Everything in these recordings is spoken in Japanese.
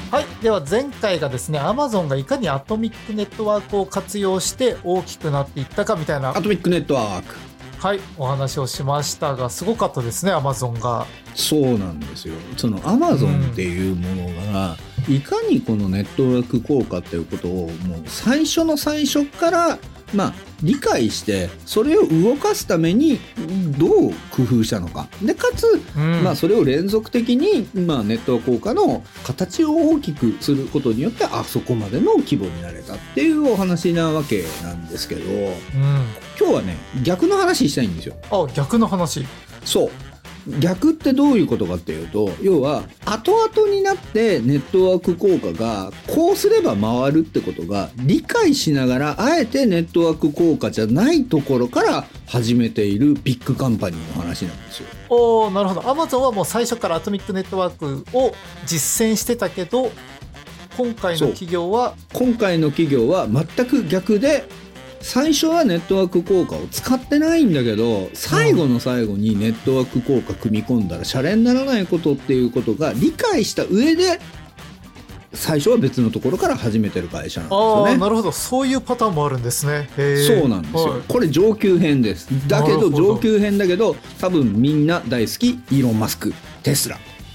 はい、では前回がですね、Amazon がいかにアトミックネットワークを活用して大きくなっていったかみたいな、 アトミックネットワーク、 はい、お話をしましたが、すごかったですね、Amazon が。 そうなんですよ。その Amazon っていうものが、いかにこのネットワーク効果っていうことをもう最初の最初から理解して、それを動かすためにどう工夫したのかで、かつ、それを連続的に、ネットワーク効果の形を大きくすることによってあそこまでの規模になれたっていうお話なわけなんですけど、今日はね逆の話したいんですよ。 あ、逆の話。 そう、逆ってどういうことかっていうと、要は後々になってネットワーク効果がこうすれば回るってことが理解しながら、あえてネットワーク効果じゃないところから始めているビッグカンパニーの話なんですよ。 おー、なるほど。Amazon はもう最初からアトミックネットワークを実践してたけど、今回の企業は全く逆で、最初はネットワーク効果を使ってないんだけど、最後の最後にネットワーク効果組み込んだらシャレにならないことっていうことが理解した上で、最初は別のところから始めてる会社なんですよね。 なるほど、そういうパターンもあるんですね。 そうなんですよ、これ上級編です。だけど上級編だけど、多分みんな大好きイーロン・マスク、テスラ。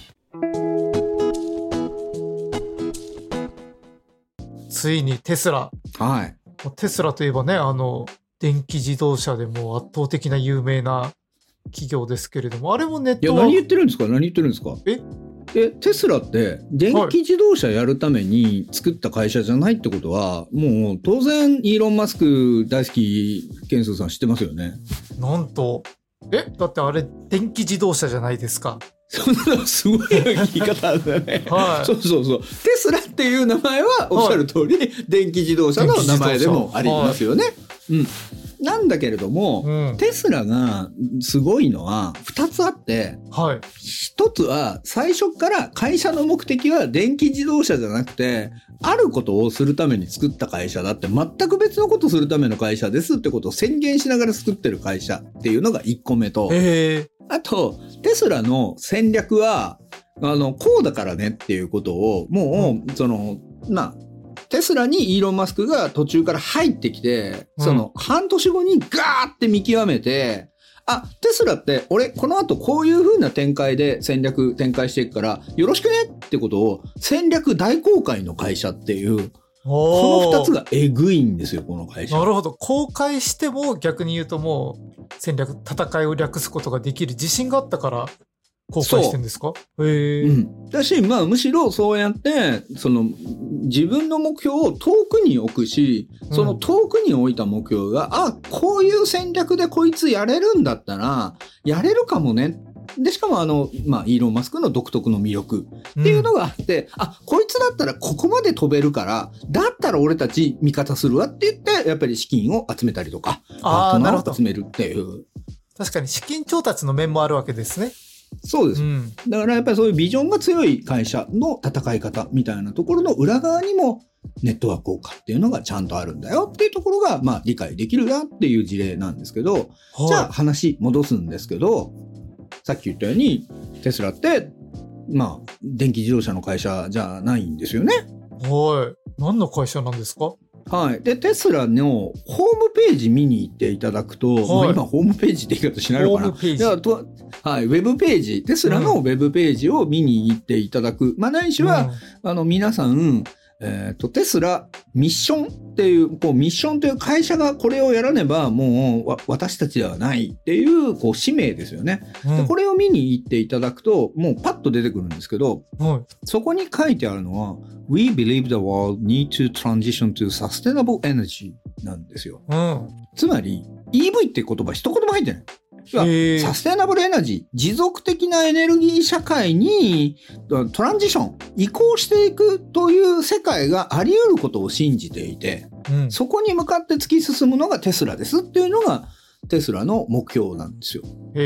ついにテスラ。 はい。 テスラといえばね、電気自動車でも圧倒的な有名な企業ですけれども、あれもネットワーク。 何言ってるんですか。テスラって電気自動車やるために作った会社じゃないってことは、もう当然イーロン・マスク大好きケンスーさん知ってますよね。 なんとだってあれ電気自動車じゃないですか。 そんなすごい言い方だね。そうテスラっていう名前はおっしゃる通り、電気自動車の名前でもありますよね。なんだけれども、テスラがすごいのは2つあって、1つは最初から会社の目的は電気自動車じゃなくて、あることをするために作った会社だって、全く別のことをするための会社ですってことを宣言しながら作ってる会社っていうのが1個目と、あとテスラの戦略はこうだからねっていうことを、もうテスラにイーロン・マスクが途中から入ってきて、半年後にガーって見極めて、テスラって俺この後こういう風な展開で戦略展開していくからよろしくねってことを戦略大公開の会社っていう、この2つがえぐいんですよ、この会社。 なるほど。公開しても逆に言うともう戦いを略すことができる自信があったから公開してんですか？ だし、むしろそうやって自分の目標を遠くに置くし、その遠くに置いた目標が、こういう戦略でこいつやれるんだったらやれるかもね。でしかもイーロン・マスクの独特の魅力っていうのがあって、こいつだったらここまで飛べるから、だったら俺たち味方するわって言って、やっぱり資金を集めたりとか、パートナーを集めるっていう。 確かに資金調達の面もあるわけですね。 そうです、だからやっぱりそういうビジョンが強い会社の戦い方みたいなところの裏側にもネットワーク効果っていうのがちゃんとあるんだよっていうところが理解できるなっていう事例なんですけど、じゃあ話戻すんですけど、さっき言ったようにテスラって電気自動車の会社じゃないんですよね。 何の会社なんですか？ でテスラのホームページ見に行っていただくと、今ホームページって言い方しないのかな。ウェブページ、テスラのウェブページを見に行っていただく。ないしは、皆さん、テスラミッションっていう、ミッションという会社がこれをやらねばもう私たちではないっていう、使命ですよね。でこれを見に行っていただくと、もうパッと出てくるんですけど、そこに書いてあるのは We believe the world needs to transition to sustainable energy なんですよ。つまり EV って言葉一言も入ってない。サステナブルエナジー、持続的なエネルギー社会にトランジション、移行していくという世界があり得ることを信じていて、そこに向かって突き進むのがテスラですっていうのがテスラの目標なんですよ。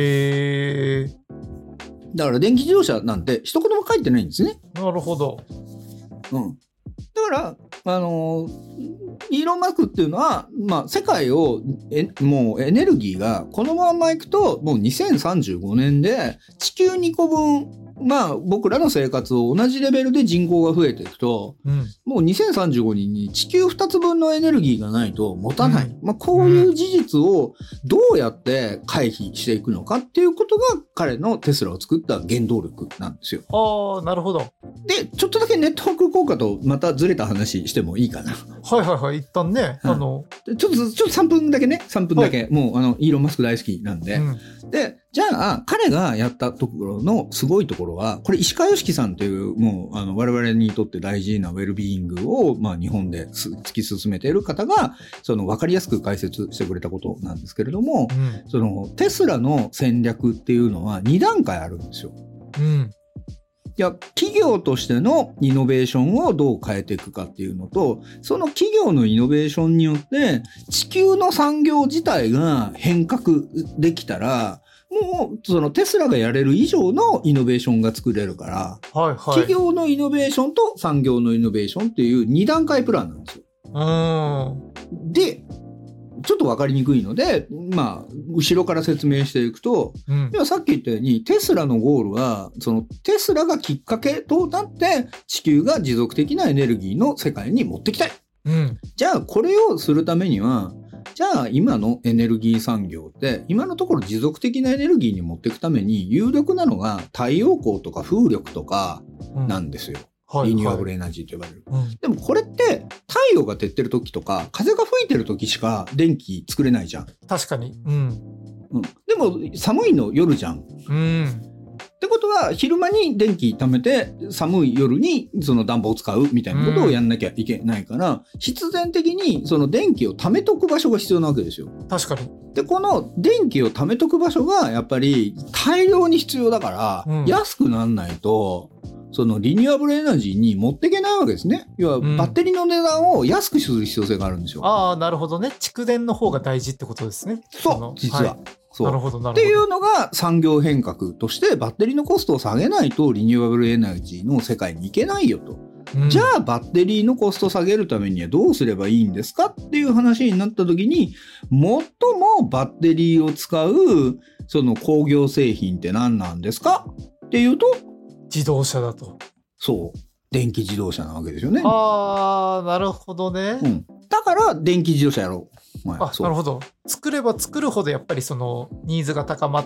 だから電気自動車なんて一言も書いてないんですね。 なるほど。 だからイーロン・マスクっていうのは、世界をもうエネルギーがこのままいくともう2035年で地球2個分まあ僕らの生活を同じレベルで人口が増えていくと、もう2035年に地球2つ分のエネルギーがないと持たない。まあこういう事実をどうやって回避していくのかっていうことが彼のテスラを作った原動力なんですよ。 ああ、なるほど。 で、ちょっとだけネットワーク効果とまたずれた話してもいいかな。 はいはいはい。一旦ね、 ちょっと3分だけね、3分だけ。はい、もうイーロン・マスク大好きなんで。で、じゃあ、彼がやったところのすごいところは、これ石川良樹さんという、もう、我々にとって大事なウェルビーイングを、まあ、日本で突き進めている方が、わかりやすく解説してくれたことなんですけれども、テスラの戦略っていうのは2段階あるんですよ。いや、企業としてのイノベーションをどう変えていくかっていうのと、その企業のイノベーションによって地球の産業自体が変革できたら、もうテスラがやれる以上のイノベーションが作れるから、はいはい、企業のイノベーションと産業のイノベーションっていう2段階プランなんですよ。で、ちょっとわかりにくいので、まあ、後ろから説明していくと、ではさっき言ったように、テスラのゴールは、テスラがきっかけとなって、地球が持続的なエネルギーの世界に持ってきたい。じゃあ、これをするためには、じゃあ、今のエネルギー産業って、今のところ持続的なエネルギーに持っていくために、有力なのが太陽光とか風力とかなんですよ。リニューアブルエナジーと呼ばれる。でもこれって太陽が照ってる時とか風が吹いてる時しか電気作れないじゃん。 確かに。 でも寒いの夜じゃん。ってことは昼間に電気貯めて寒い夜に暖房を使うみたいなことをやんなきゃいけないから、必然的に電気を貯めとく場所が必要なわけですよ。 確かに。 で、この電気を貯めとく場所がやっぱり大量に必要だから、安くなんないとリニューアブルエナジーに持っていけないわけですね。要はバッテリーの値段を安くする必要性があるんですよ。 ああ、なるほどね。蓄電の方が大事ってことですね。 そう、実は。そう。 なるほど、なるほど。 っていうのが産業変革としてバッテリーのコストを下げないとリニューアブルエナジーの世界に行けないよと。じゃあバッテリーのコストを下げるためにはどうすればいいんですかっていう話になった時に、最もバッテリーを使う工業製品って何なんですかっていうと、 自動車だと。 そう。電気自動車なわけですよね。 ああ、なるほどね。 だから電気自動車やろう。 なるほど。作れば作るほどやっぱりニーズが高まって、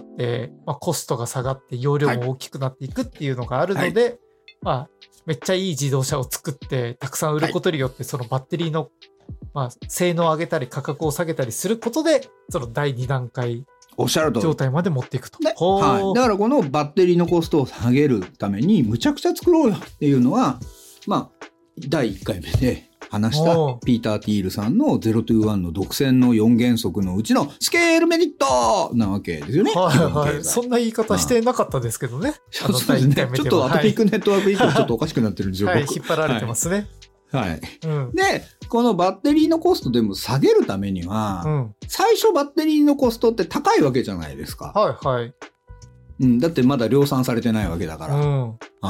コストが下がって容量も大きくなっていくっていうのがあるので、めっちゃいい自動車を作ってたくさん売ることによって、バッテリーの、性能を上げたり価格を下げたりすることで、第2段階おっしゃると状態まで持っていくと。 だからこのバッテリーのコストを下げるためにむちゃくちゃ作ろうよっていうのは、第1回目で話したピーター・ティールさんの0-1の独占の4原則のうちのスケールメリットなわけですよね。 そんな言い方してなかったですけどね。 そうですね。ちょっとアトピックネットワーク以降ちょっとおかしくなってるんですよ。 引っ張られてますね。 で、このバッテリーのコストでも下げるためには、最初バッテリーのコストって高いわけじゃないですか。だってまだ量産されてないわけだから。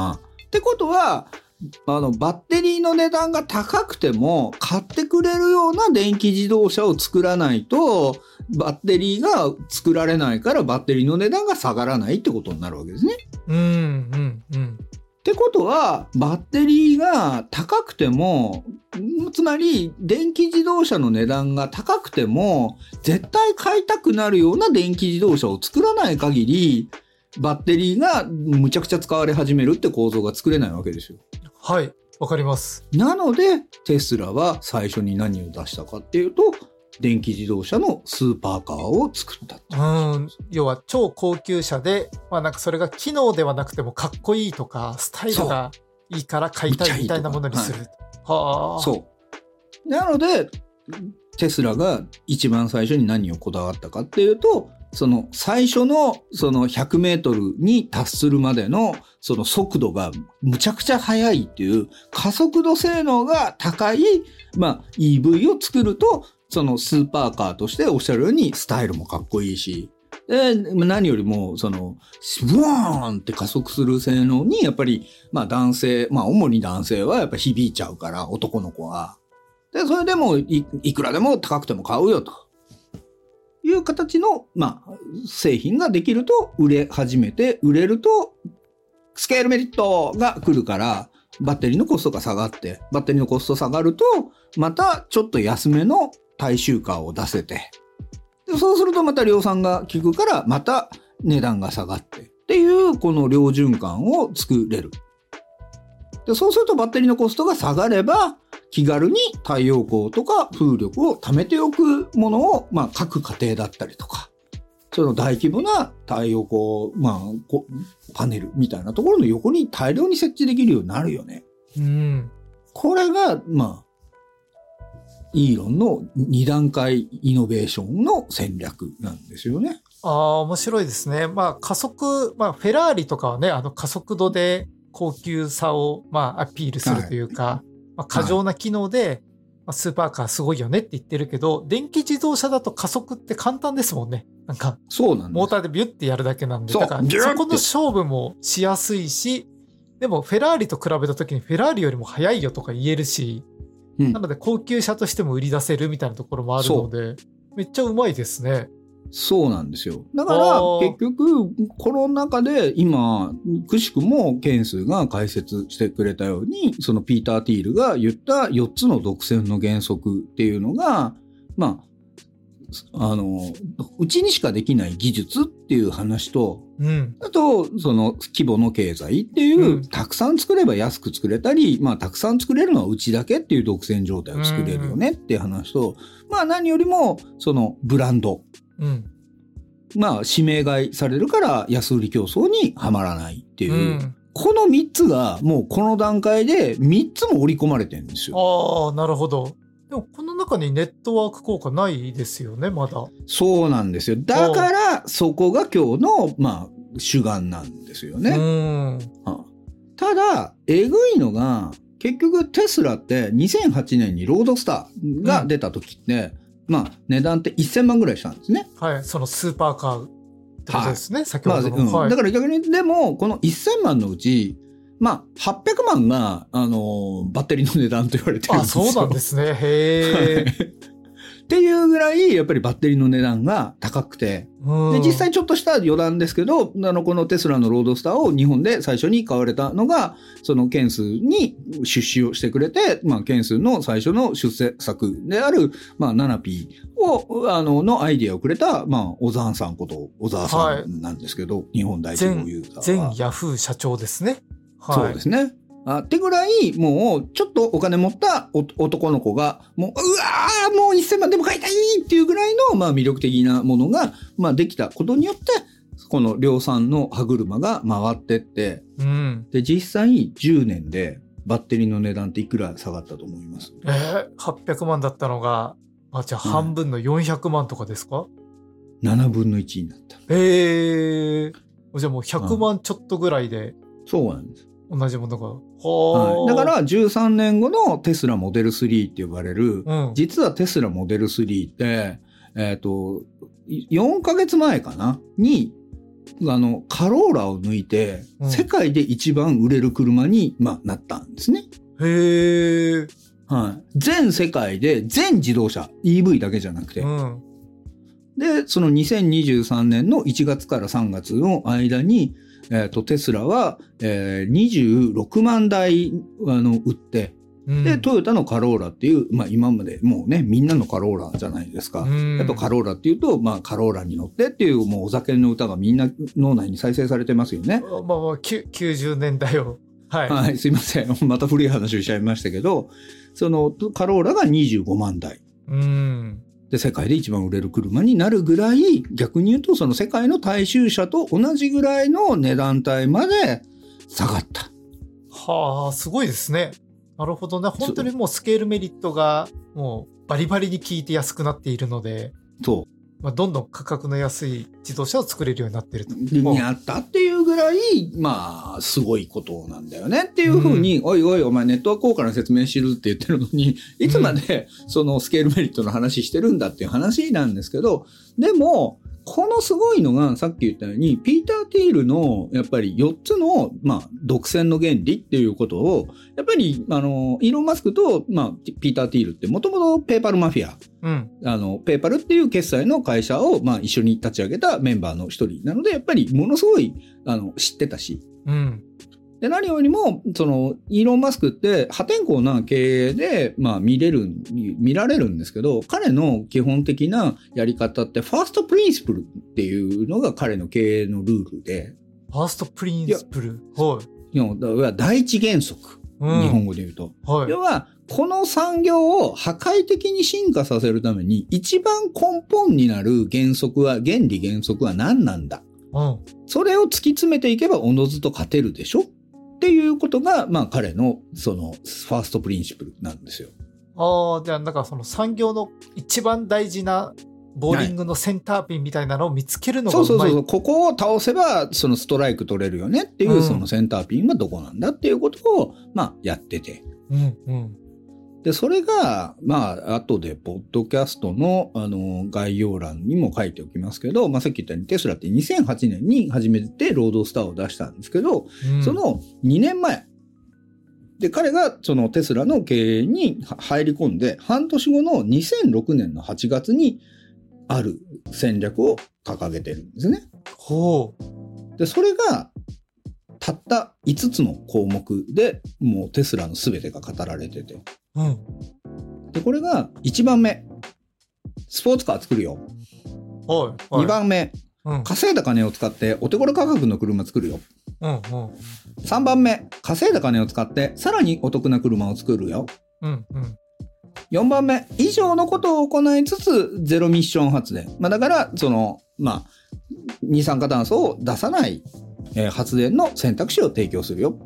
ってことは、バッテリーの値段が高くても買ってくれるような電気自動車を作らないと、バッテリーが作られないからバッテリーの値段が下がらないってことになるわけですね。ってことは、バッテリーが高くても、つまり電気自動車の値段が高くても、絶対買いたくなるような電気自動車を作らない限り、バッテリーがむちゃくちゃ使われ始めるって構造が作れないわけですよ。 はい、わかります。 なので、テスラは最初に何を出したかっていうと、電気自動車のスーパーカーを作った。 要は超高級車で、それが機能ではなくてもかっこいいとかスタイルがいいから買いたいみたいなものにする。 そう。なのでテスラが一番最初に何をこだわったかっていうと、最初の100メートルに達するまでの速度がむちゃくちゃ速いっていう加速度性能が高いEV を作ると、スーパーカーとしておっしゃるようにスタイルもかっこいいし、で何よりもブワーンって加速する性能にやっぱり男性、主に男性はやっぱ響いちゃうから、男の子は。でそれでも いくらでも高くても買うよという形の製品ができると売れ始めて、売れるとスケールメリットが来るから、バッテリーのコストが下がって、バッテリーのコスト下がると、またちょっと安めの大衆化を出せて、でそうするとまた量産が効くから、また値段が下がって、っていう、この両循環を作れる。でそうするとバッテリーのコストが下がれば、気軽に太陽光とか風力を貯めておくものを、まあ、各家庭だったりとか、その大規模な太陽光、まあ、パネルみたいなところの横に大量に設置できるようになるよね。 うん。 これが、まあ、イーロンの2段階イノベーションの戦略なんですよね。 面白いですね。まあ、加速、まあ、フェラーリとかはね、加速度で高級さを、まあ、アピールするというか、まあ、過剰な機能で、まあ、スーパーカーすごいよねって言ってるけど、電気自動車だと加速って簡単ですもんね。なんか、 そうなんです。 モーターでビュッてやるだけなんで、だからそこの勝負もしやすいし、でもフェラーリと比べた時にフェラーリよりも速いよとか言えるし、なので高級車としても売り出せるみたいなところもあるので、めっちゃうまいですね。 そうなんですよ。だから結局この中で今くしくもケンスが解説してくれたように、そのピーター・ティールが言った4つの独占の原則っていうのが、まあうちにしかできない技術っていう話と、あとその規模の経済っていう、たくさん作れば安く作れたり、まあたくさん作れるのはうちだけっていう独占状態を作れるよねっていう話と、まあ何よりもそのブランド、まあ指名買いされるから安売り競争にはまらないっていう、この3つがもうこの段階で3つも織り込まれてるんですよ。 なるほど。でもこの中にネットワーク効果ないですよね、まだ。 そうなんですよ。だからそこが今日のまあ主眼なんですよね。ただえぐいのが、結局テスラって2008年にロードスターが出た時って、まあ値段って1000万ぐらいしたんですね。 はい、そのスーパーカーってことですね、先ほどの。 だから逆にでもこの1000万のうち、まあ、800万が、バッテリーの値段と言われてるんですよ。 そうなんですね。へー。 っていうぐらい、やっぱりバッテリーの値段が高くて。で、実際ちょっとした余談ですけど、このテスラのロードスターを日本で最初に買われたのが、そのケンスに出資をしてくれて、まあ、ケンスの最初の出世作である、まあ、ナナピーを、のアイディアをくれた、まあ、小沢さんこと小沢さんなんですけど、日本大規模ユーザーは。 前ヤフー社長ですね。 そうですね。ってぐらい、もう、ちょっとお金持った男の子が、もう、うわーもう1000万でも買いたいっていうぐらいの、まあ魅力的なものが、まあできたことによって、この量産の歯車が回ってって、で、実際10年でバッテリーの値段っていくら下がったと思います？ 800万だったのが、じゃあ半分の400万とかですか ？7分の1になった。 じゃあもう100万ちょっとぐらいで。 そうなんです。 同じものが。 だから13年後のテスラモデル3って呼ばれる、実はテスラモデル3って、4ヶ月前かなに、カローラを抜いて、世界で一番売れる車に、まあ、なったんですね。全世界で全自動車、EV だけじゃなくて。で、その2023年の1月から3月の間に、テスラは、26万台売って、で、トヨタのカローラっていう、まあ今までもうね、みんなのカローラじゃないですか。やっぱカローラっていうと、まあカローラに乗ってっていう、もうお酒の歌がみんな脳内に再生されてますよね。 まあ90年代を。 はい、すいません。また古い話をしちゃいましたけど、そのカローラが25万台。で、世界で一番売れる車になるぐらい、逆に言うとその世界の大衆車と同じぐらいの値段帯まで下がった。 すごいですね。なるほどね。本当にもうスケールメリットがもうバリバリに効いて安くなっているので、まあ、どんどん価格の安い自動車を作れるようになっていると。 になったっていうぐらい、まあ、すごいことなんだよねっていうふうに、おいおい、お前ネットワーク効果の説明しろって言ってるのに、いつまでそのスケールメリットの話してるんだっていう話なんですけど、でも、このすごいのが、さっき言ったように、ピーター・ティールの、やっぱり4つの、まあ、独占の原理っていうことを、やっぱり、イーロン・マスクと、まあ、ピーター・ティールって、もともとペーパルマフィア、ペーパルっていう決済の会社を、まあ、一緒に立ち上げたメンバーの一人なので、やっぱり、ものすごい、知ってたし、 うん。 で、何よりも、イーロン・マスクって破天荒な経営で、見られるんですけど、彼の基本的なやり方って、ファーストプリンシプルっていうのが彼の経営のルールで。 ファーストプリンシプル。はい。 第一原則。日本語で言うと。はい。要は、この産業を破壊的に進化させるために、一番根本になる原理原則は何なんだ。それを突き詰めていけばおのずと勝てるでしょっていうことが、彼のファーストプリンシプルなんですよ。 じゃあなんかその産業の一番大事なボーリングのセンターピンみたいなのを見つけるのがうまい。 そう。ここを倒せばストライク取れるよねっていう、そのセンターピンはどこなんだっていうことをやってて。で、それが、後で、ポッドキャストの、概要欄にも書いておきますけど、さっき言ったようにテスラって2008年に初めてロードスターを出したんですけど、その2年前で、彼がそのテスラの経営に入り込んで、半年後の2006年の8月に、ある戦略を掲げてるんですね。で、それが、たった5つの項目で、もうテスラの全てが語られてて。で、これが1番目、スポーツカー作るよ。2番目、稼いだ金を使ってお手頃価格の車作るよ。3番目、稼いだ金を使ってさらにお得な車を作るよ。4番目、以上のことを行いつつゼロミッション発電。だから二酸化炭素を出さない、発電の選択肢を提供するよ。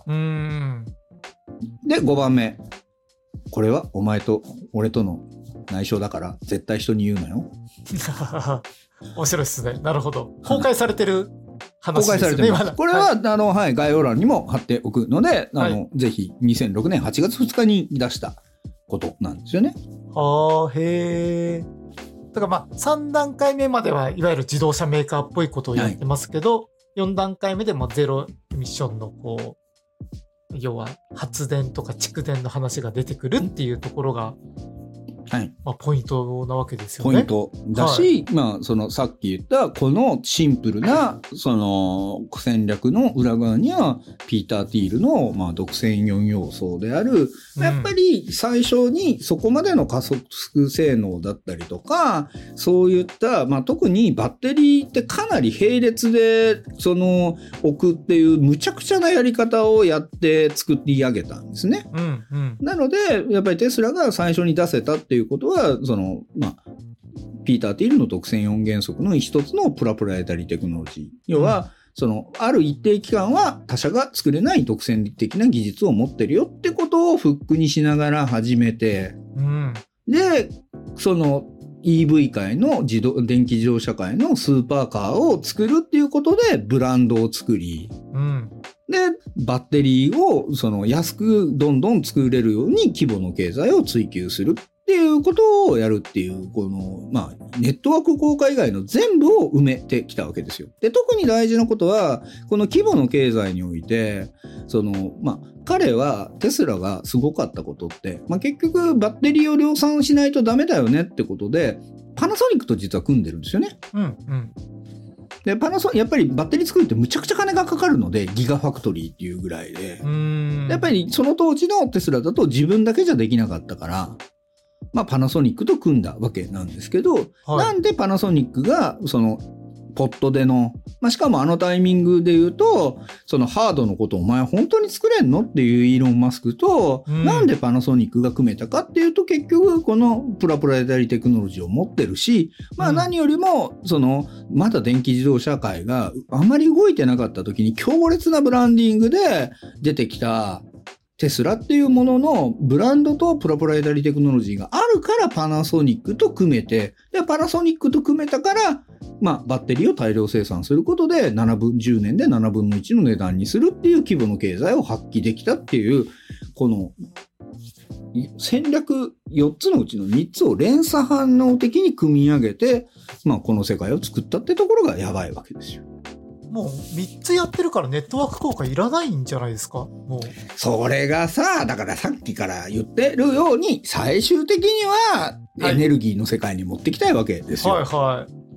で、5番目、これはお前と俺との内緒だから絶対人に言うなよ。 面白いですね。なるほど。公開されてる話ですね。 公開されてます。これは、概要欄にも貼っておくので、ぜひ2006年8月2日に出したことなんですよね。 へー。だから3段階目まではいわゆる自動車メーカーっぽいことをやってますけど、4段階目でもゼロエミッションの要は発電とか蓄電の話が出てくるっていうところが、ポイントなわけですよね。 ポイントだし、さっき言ったこのシンプルな戦略の裏側にはピーター・ティールの独占4要素である、やっぱり最初にそこまでの加速性能だったりとか、そういった特にバッテリーってかなり並列で置くっていうむちゃくちゃなやり方をやって作り上げたんですね。なのでやっぱりテスラが最初に出せたっていうことはピーター・ティールの独占4原則の一つのプラプライタリーテクノロジー。要は、ある一定期間は他社が作れない独占的な技術を持ってるよってことをフックにしながら始めて、で、EV 界の電気自動車界のスーパーカーを作るっていうことでブランドを作り、で、バッテリーを安くどんどん作れるように規模の経済を追求するっていうことをやるっていう、ネットワーク効果以外の全部を埋めてきたわけですよ。で、特に大事なことは、この規模の経済において、彼はテスラがすごかったことって、結局バッテリーを量産しないとダメだよねってことで、パナソニックと実は組んでるんですよね。で、やっぱりバッテリー作るってむちゃくちゃ金がかかるので、ギガファクトリーっていうぐらいで。やっぱりその当時のテスラだと自分だけじゃできなかったから、パナソニックと組んだわけなんですけど、なんでパナソニックがポットでの、しかもあのタイミングで言うと、ハードのことをお前本当に作れんのっていうイーロン・マスクと、なんでパナソニックが組めたかっていうと、結局このプラプライタリーテクノロジーを持ってるし、何よりも、まだ電気自動車界があまり動いてなかった時に強烈なブランディングで出てきた、テスラっていうもののブランドとプラプライタリーテクノロジーがあるからパナソニックと組めて、で、パナソニックと組めたから、バッテリーを大量生産することで10年で7分の1の値段にするっていう規模の経済を発揮できたっていう、この戦略4つのうちの3つを連鎖反応的に組み上げて、この世界を作ったってところがやばいわけですよ。 もう3つやってるからネットワーク効果いらないんじゃないですか。もうそれがさ、だからさっきから言ってるように最終的にはエネルギーの世界に持ってきたいわけですよ。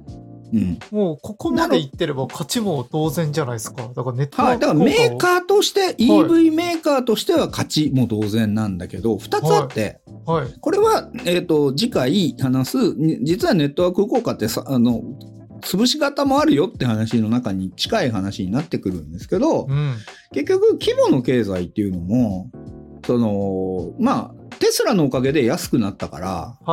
もうここまでいってれば勝ちも同然じゃないですか。だからネットワーク効果を、 だからメーカーとして、EV メーカーとしては勝ちも同然なんだけど、2つあって、これは、次回話す、実はネットワーク効果って潰し方もあるよって話の中に近い話になってくるんですけど、結局規模の経済っていうのも、テスラのおかげで安くなったから、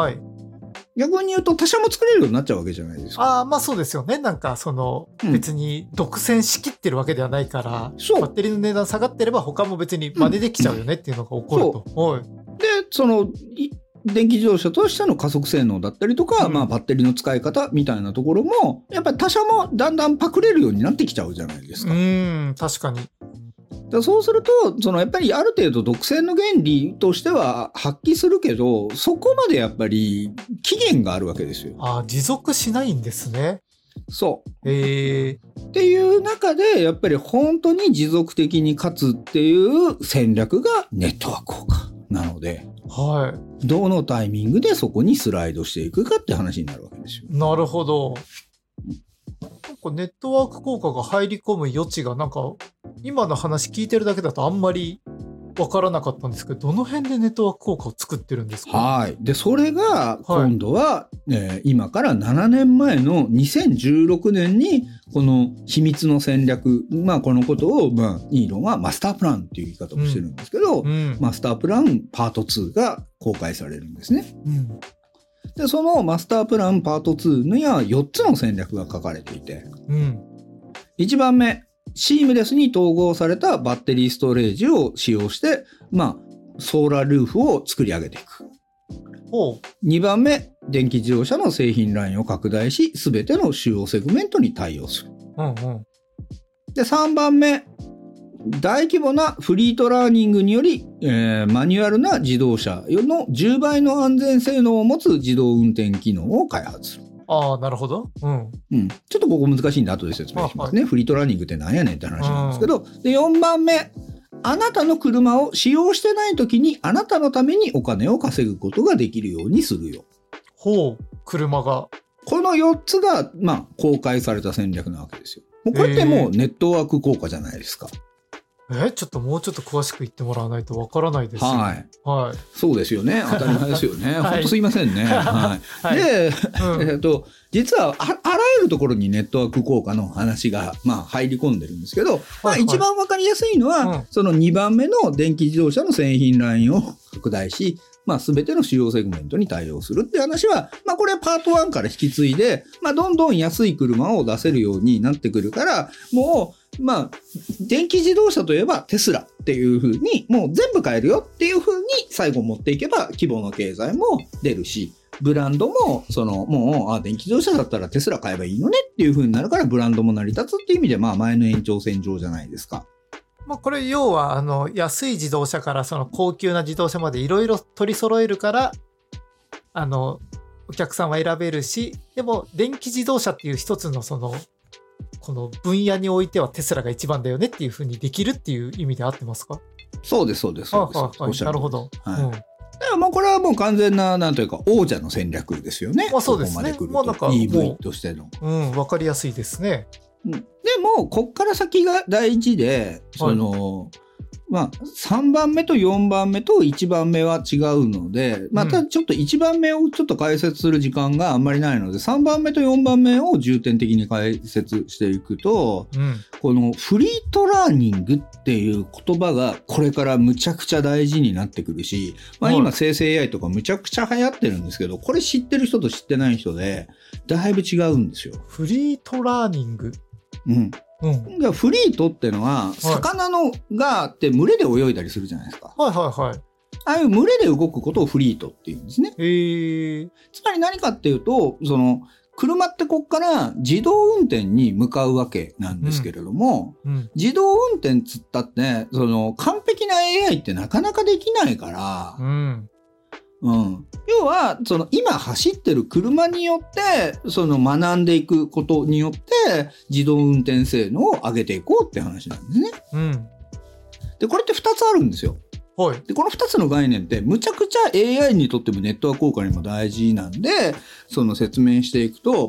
逆に言うと他社も作れるようになっちゃうわけじゃないですか。 まあそうですよね。なんか別に独占しきってるわけではないから、バッテリーの値段下がってれば他も別に真似できちゃうよねっていうのが起こると。 で、電気自動車としての加速性能だったりとか、バッテリーの使い方みたいなところも、やっぱり他社もだんだんパクれるようになってきちゃうじゃないですか。 確かに。 そうすると、やっぱりある程度独占の原理としては発揮するけど、そこまでやっぱり期限があるわけですよ。 持続しないんですね。 そう。っていう中で、やっぱり本当に持続的に勝つっていう戦略がネットワーク効果なので、どのタイミングでそこにスライドしていくかって話になるわけですよ。 なるほど。なんかネットワーク効果が入り込む余地がなんか今の話聞いてるだけだとあんまり分からなかったんですけど、どの辺でネットワーク効果を作ってるんですか？ で、それが今度は、今から7年前の2016年にこの秘密の戦略、このことを、イーロンはマスタープランっていう言い方をしてるんですけど、マスタープランパート2が公開されるんですね。で、そのマスタープランパート2には4つの戦略が書かれていて、1番目、シームレスに統合されたバッテリーストレージを使用して、ソーラールーフを作り上げていく。2番目、電気自動車の製品ラインを拡大し、すべての主要セグメントに対応する。で、3番目、大規模なフリートラーニングにより、マニュアルな自動車の10倍の安全性能を持つ自動運転機能を開発する。 なるほど。 ちょっとここ難しいんで後で説明しますね。フリートラーニングって何やねんって話なんですけど、で、4番目、あなたの車を使用してない時にあなたのためにお金を稼ぐことができるようにするよ。 車が。 この4つが、公開された戦略なわけですよ。これってもうネットワーク効果じゃないですか。 ちょっともうちょっと詳しく言ってもらわないとわからないですよ。 そうですよね。当たり前ですよね。本当すいませんね。で、実はあらゆるところにネットワーク効果の話が入り込んでるんですけど、一番わかりやすいのは、その2番目の電気自動車の製品ラインを拡大し、すべての主要セグメントに対応するっていう話は、これはパート1から引き継いで、どんどん安い車を出せるようになってくるから、もう、電気自動車といえばテスラっていう風に、もう全部買えるよっていう風に最後持っていけば、規模の経済も出るし、ブランドも、もう、電気自動車だったらテスラ買えばいいのねっていう風になるから、ブランドも成り立つっていう意味で、前の延長線上じゃないですか。 これ要は安い自動車からその高級な自動車までいろいろ取り揃えるからお客さんは選べるし、でも電気自動車っていう一つのこの分野においてはテスラが一番だよねっていうふうにできるっていう意味で合ってますか？ そうです。 なるほど。 もうこれはもう完全ななんというか王者の戦略ですよね。 そうですね。 ここまで来ると EV としての。 わかりやすいですね。 でもこっから先が大事で、3番目と4番目と1番目は違うので、ただちょっと1番目をちょっと解説する時間があんまりないので、3番目と4番目を重点的に解説していくと、このフリートラーニングっていう言葉がこれからむちゃくちゃ大事になってくるし、今生成 AI とかむちゃくちゃ流行ってるんですけど、これ知ってる人と知ってない人でだいぶ違うんですよ。 フリートラーニング。 フリートってのは、魚があって群れで泳いだりするじゃないですか。ああいう群れで動くことをフリートっていうんですね。つまり何かっていうと、車ってこっから自動運転に向かうわけなんですけれども、自動運転つったって、完璧な AI ってなかなかできないから、要は今走ってる車によって学んでいくことによって自動運転性能を上げていこうって話なんですね。でこれって2つあるんですよ。でこの2つの概念ってむちゃくちゃ AI にとってもネットワーク効果にも大事なんで説明していくと、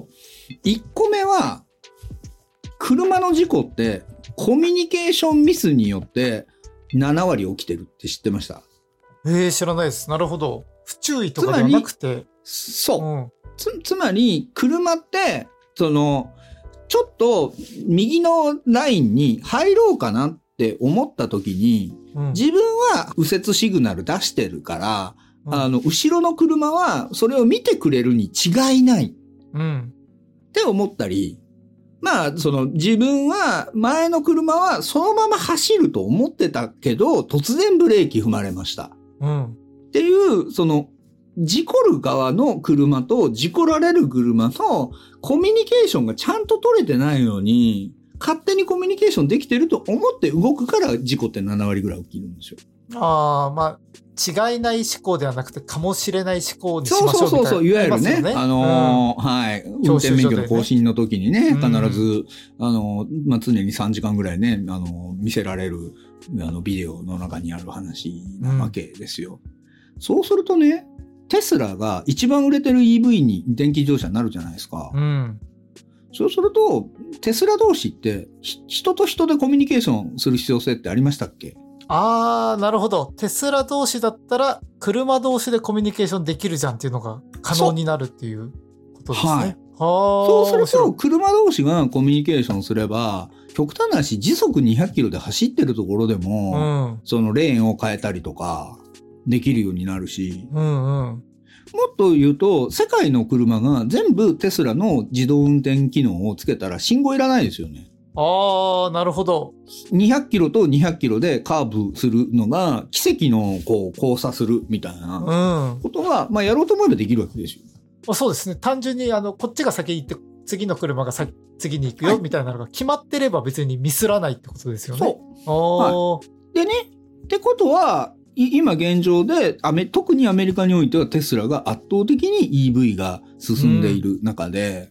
1個目は、車の事故ってコミュニケーションミスによって7割起きてるって知ってました？ 知らないです。なるほど。不注意とかではなくて。 そう。うん、つまり、車って、ちょっと右のラインに入ろうかなって思った時に、自分は右折シグナル出してるから、後ろの車はそれを見てくれるに違いない。って思ったり、自分は前の車はそのまま走ると思ってたけど、突然ブレーキ踏まれました。っていう、事故る側の車と事故られる車のコミュニケーションがちゃんと取れてないのに、勝手にコミュニケーションできてると思って動くから事故って7割ぐらい起きるんですよ。 違いない思考ではなくて、かもしれない思考にしましょうみたいな。 そう、いわゆるね、はい。運転免許の更新の時にね、必ず、常に3時間ぐらいね、見せられる、ビデオの中にある話なわけですよ。そうするとね、テスラが一番売れてる EV に電気自動車になるじゃないですか。そうすると、テスラ同士って、人と人でコミュニケーションする必要性ってありましたっけ？ なるほど。テスラ同士だったら、車同士でコミュニケーションできるじゃんっていうのが可能になるっていうことですね。はい。 そうすると、車同士がコミュニケーションすれば、極端な話、時速200キロで走ってるところでも、そのレーンを変えたりとか、できるようになるし、もっと言うと、世界の車が全部テスラの自動運転機能をつけたら信号いらないですよね。 なるほど。 200キロと200キロでカーブするのが奇跡の交差するみたいなことが、やろうと思えばできるわけですよ。 そうですね。単純にこっちが先行って次の車が次に行くよみたいなのが決まってれば別にミスらないってことですよね。 そう。でね、ってことは今現状で特にアメリカにおいてはテスラが圧倒的に EV が進んでいる中で、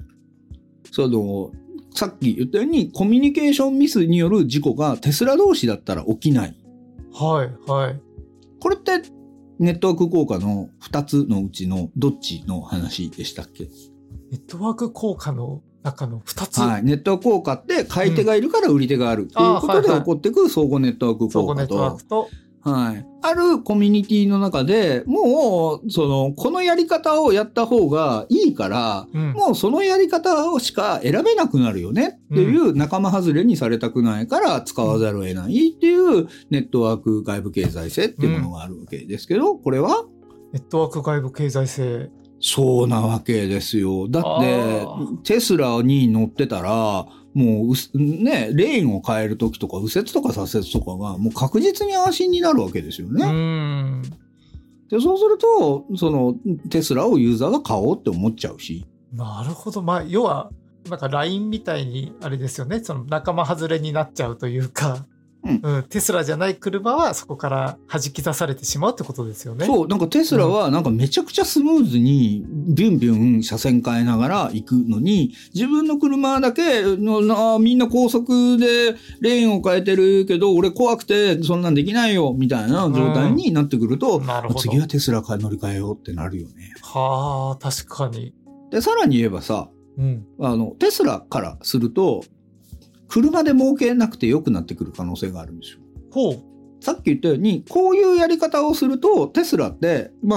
さっき言ったようにコミュニケーションミスによる事故がテスラ同士だったら起きない。 はいはい。 これってネットワーク効果の2つのうちのどっちの話でしたっけ？ ネットワーク効果の中の2つ。 はい。ネットワーク効果って買い手がいるから売り手があるっていうことで起こってくる相互ネットワーク効果と。 相互ネットワークと。 はい。あるコミュニティの中でもう、このやり方をやった方がいいから、もうそのやり方をしか選べなくなるよねっていう仲間外れにされたくないから使わざるを得ないっていうネットワーク外部経済性っていうものがあるわけですけど、これはネットワーク外部経済性。 そうなわけですよ。だって、テスラに乗ってたら、もう、ね、レーンを変えるときとか、右折とか左折とかが、もう確実に安心になるわけですよね。で、そうすると、テスラをユーザーが買おうって思っちゃうし。 なるほど。要は、なんか LINE みたいに、あれですよね。仲間外れになっちゃうというか、テスラじゃない車はそこから弾き出されてしまうってことですよね。 そう、なんかテスラはなんかめちゃくちゃスムーズにビュンビュン車線変えながら行くのに、自分の車だけみんな高速でレーンを変えてるけど、俺怖くてそんなんできないよみたいな状態になってくると、次はテスラから乗り換えようってなるよね。 はあ、確かに。 で、さらに言えばさ、テスラからすると、車で儲けなくて良くなってくる可能性があるんですよ。 ほう。 さっき言ったように、こういうやり方をすると、テスラって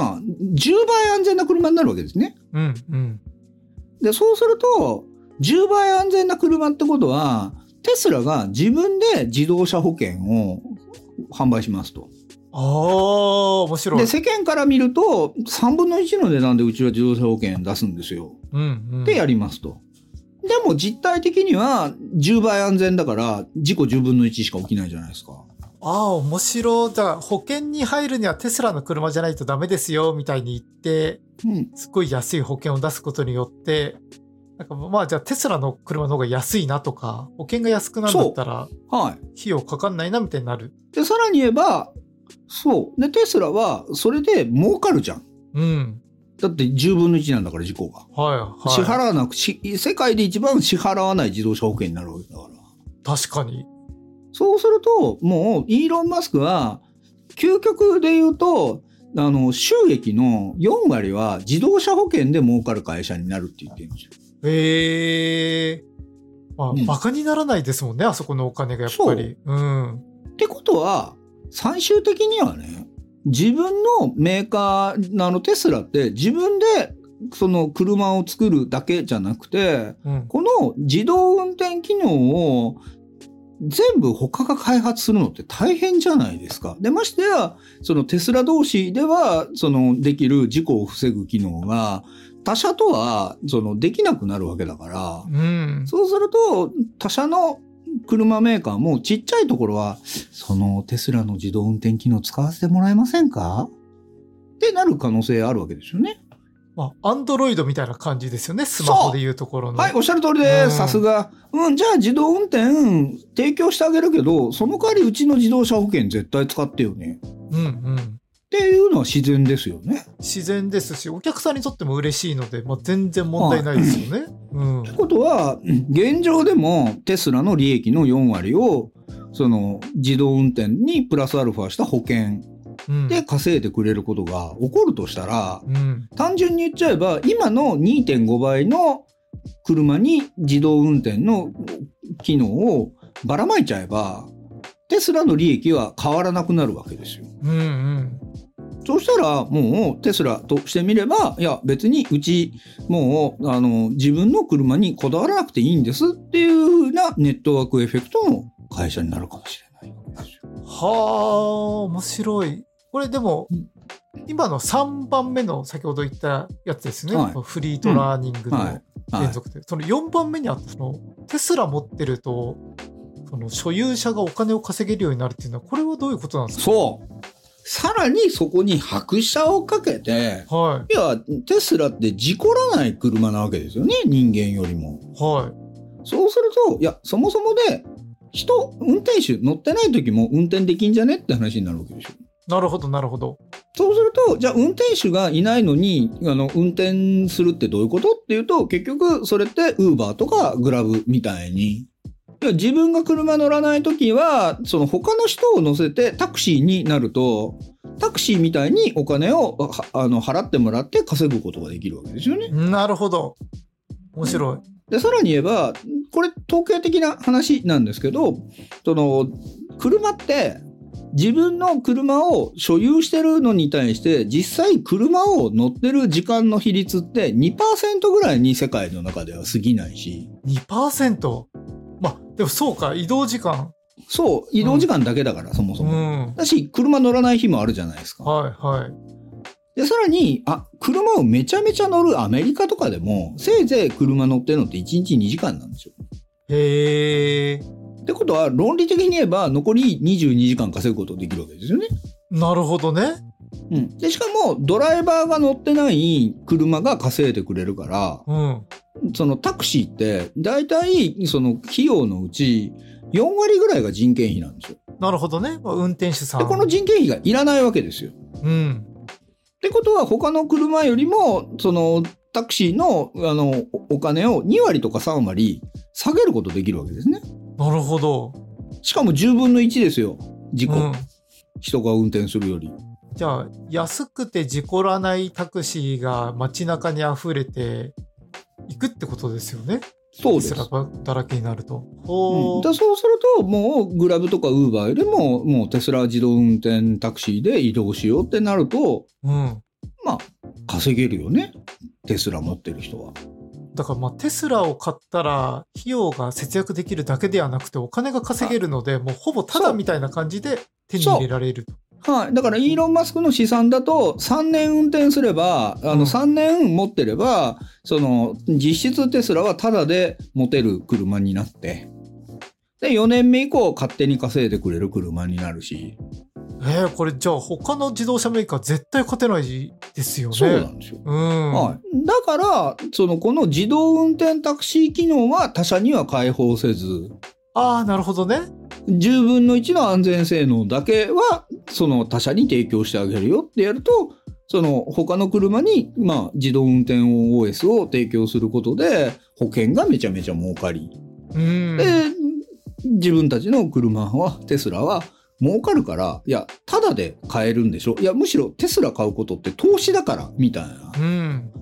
、10倍安全な車になるわけですね。で、そうすると、10倍安全な車ってことは、テスラが自分で自動車保険を販売しますと。 面白い。 で、世間から見ると、3分の1の値段でうちは自動車保険出すんですよ。で、やりますと。でも実態的には10倍安全だから事故10分の1しか起きないじゃないですか。 面白い。じゃあ保険に入るにはテスラの車じゃないとダメですよみたいに言って、すごい安い保険を出すことによって、なんかじゃあテスラの車の方が安いなとか、保険が安くなるんだったら、費用かかんないなみたいになる。 で、さらに言えば、そう。で、テスラはそれで儲かるじゃん。だって10分の1なんだから事故が。支払わなく、世界で一番支払わない自動車保険になるわけだから。 確かに。 そうすると、もう、イーロン・マスクは、究極で言うと、収益の4割は自動車保険で儲かる会社になるって言ってるんですよ。 バカにならないですもんね、あそこのお金がやっぱり。 ってことは、最終的にはね、自分のメーカー、テスラって自分でその車を作るだけじゃなくて、この自動運転機能を全部他が開発するのって大変じゃないですか。で、ましてや、そのテスラ同士では、できる事故を防ぐ機能が、他社とは、できなくなるわけだから、そうすると、他社の車メーカーもちっちゃいところは、テスラの自動運転機能使わせてもらえませんかってなる可能性あるわけですよね。 アンドロイドみたいな感じですよね、スマホでいうところの。 はい、おっしゃる通りです。さすが。じゃあ自動運転提供してあげるけど、その代わりうちの自動車保険絶対使ってよね。っていうのは自然ですよね。 自然ですし、お客さんにとっても嬉しいので、全然問題ないですよね。 ってことは、現状でもテスラの利益の4割を、自動運転にプラスアルファした保険で稼いでくれることが起こるとしたら、単純に言っちゃえば、今の 2.5 倍の車に自動運転の機能をばらまいちゃえば、テスラの利益は変わらなくなるわけですよ。そうしたらもうテスラとしてみれば、いや別にうちもう自分の車にこだわらなくていいんですっていう風なネットワークエフェクトの会社になるかもしれないわけですよ。 はあ、面白い。これでも、今の3番目の先ほど言ったやつですね。フリートラーニングの連続で。その4番目にあったテスラ持ってると、所有者がお金を稼げるようになるっていうのは、これはどういうことなんですか？ そう。さらにそこに拍車をかけて、いや、テスラって事故らない車なわけですよね、人間よりも。そうすると、いや、そもそもで、運転手乗ってない時も運転できんじゃねって話になるわけでしょ。 なるほど、なるほど。 そうすると、じゃあ運転手がいないのに、運転するってどういうことっていうと、結局、それって、ウーバーとかグラブみたいに、自分が車乗らないときは、他の人を乗せてタクシーになると、タクシーみたいにお金を払ってもらって稼ぐことができるわけですよね。 なるほど。面白い。 で、さらに言えば、これ統計的な話なんですけど、車って、自分の車を所有してるのに対して、実際車を乗ってる時間の比率って 2% ぐらいに世界の中では過ぎないし。 2%？ でもそうか、移動時間。 そう、移動時間だけだから、そもそも。だし、車乗らない日もあるじゃないですか。で、さらに、車をめちゃめちゃ乗るアメリカとかでも、せいぜい車乗ってるのって1日2時間なんですよ。 へー。 ってことは、論理的に言えば、残り22時間稼ぐことができるわけですよね。 なるほどね。 で、しかも、ドライバーが乗ってない車が稼いでくれるから、タクシーって、だいたい、費用のうち、4割ぐらいが人件費なんですよ。 なるほどね。運転手さん。 で、この人件費がいらないわけですよ。ってことは、他の車よりも、タクシーの、お金を2割とか3割下げることできるわけですね。 なるほど。 しかも10分の1ですよ。事故。人が運転するより。 じゃあ、安くて事故らないタクシーが街中に溢れていくってことですよね。 そうです。 テスラだらけになると。 そうすると、もうグラブとかウーバーよりも、もうテスラ自動運転タクシーで移動しようってなると、稼げるよね。テスラ持ってる人は。 だからテスラを買ったら費用が節約できるだけではなくてお金が稼げるので、もうほぼタダみたいな感じで手に入れられると。 だからイーロン・マスクの試算だと3年運転すれば、3年持ってれば、実質テスラはタダで持てる車になって、で、4年目以降勝手に稼いでくれる車になるし。 これじゃあ他の自動車メーカー絶対勝てないですよね。 そうなんですよ。だから、この自動運転タクシー機能は他社には開放せず。 なるほどね。 10分の1の安全性能だけは、他社に提供してあげるよってやると、他の車に、自動運転 OS を提供することで、保険がめちゃめちゃ儲かり。で、自分たちの車は、テスラは、儲かるから、いや、ただで買えるんでしょ。いや、むしろテスラ買うことって投資だから、みたいな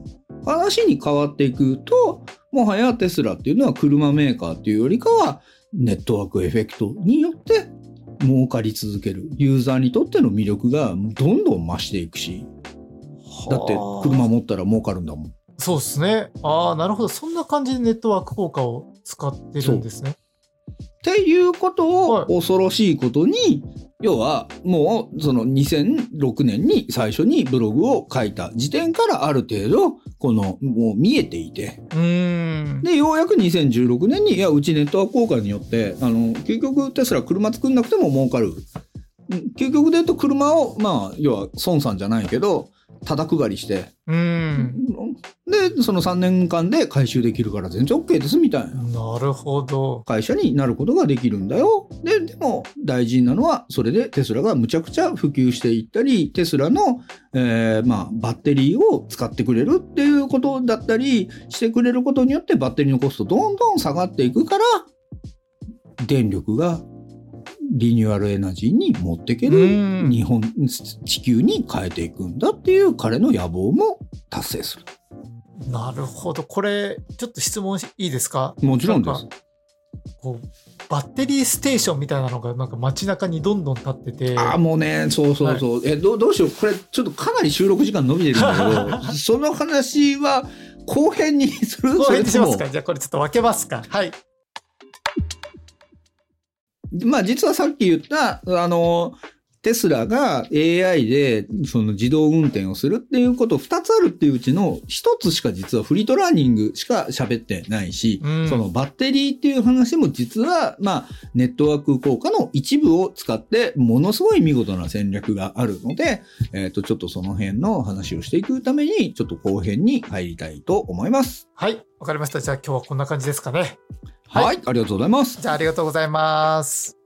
話に変わっていくと、もはやテスラっていうのは車メーカーっていうよりかはネットワークエフェクトによって儲かり続けるユーザーにとっての魅力がどんどん増していくし、だって車持ったら儲かるんだもん。 そうですね。ああ、なるほど。そんな感じでネットワーク効果を使ってるんですね。 っていうことを恐ろしいことに、要はもうその2006年に最初にブログを書いた時点からある程度このもう見えていて、でようやく2016年にいやうちネットワーク効果によって究極テスラ車作んなくても儲かる。究極で言うと車をまあ要は孫さんじゃないけど叩く狩りして、でその3年間で回収できるから全然 OK ですみたいな。 なるほど。 会社になることができるんだよ。でも大事なのはそれでテスラがむちゃくちゃ普及していったり、テスラの、まあ、バッテリーを使ってくれるっていうことだったりしてくれることによってバッテリーのコストどんどん下がっていくから電力がリニューアルエナジーに持っていける地球に変えていくんだっていう彼の野望も達成する。 なるほど。これちょっと質問いいですか？ もちろんです。 こうバッテリーステーションみたいなのがなんか街中にどんどん立ってて、 もうね、そうそうそう、はい、どうしよう、これちょっとかなり収録時間伸びてるんだけどその話は後編にする？ 後編にしますか？じゃあこれちょっと分けますか。はい。 まあ実はさっき言ったテスラが AI でその自動運転をするっていうこと2つあるっていううちの1つしか実はフリートラーニングしか喋ってないし、そのバッテリーっていう話も実はまあネットワーク効果の一部を使ってものすごい見事な戦略があるので、ちょっとその辺の話をしていくためにちょっと後編に入りたいと思います。 はい、わかりました。じゃあ今日はこんな感じですかね。 はい、ありがとうございます。 じゃあありがとうございます。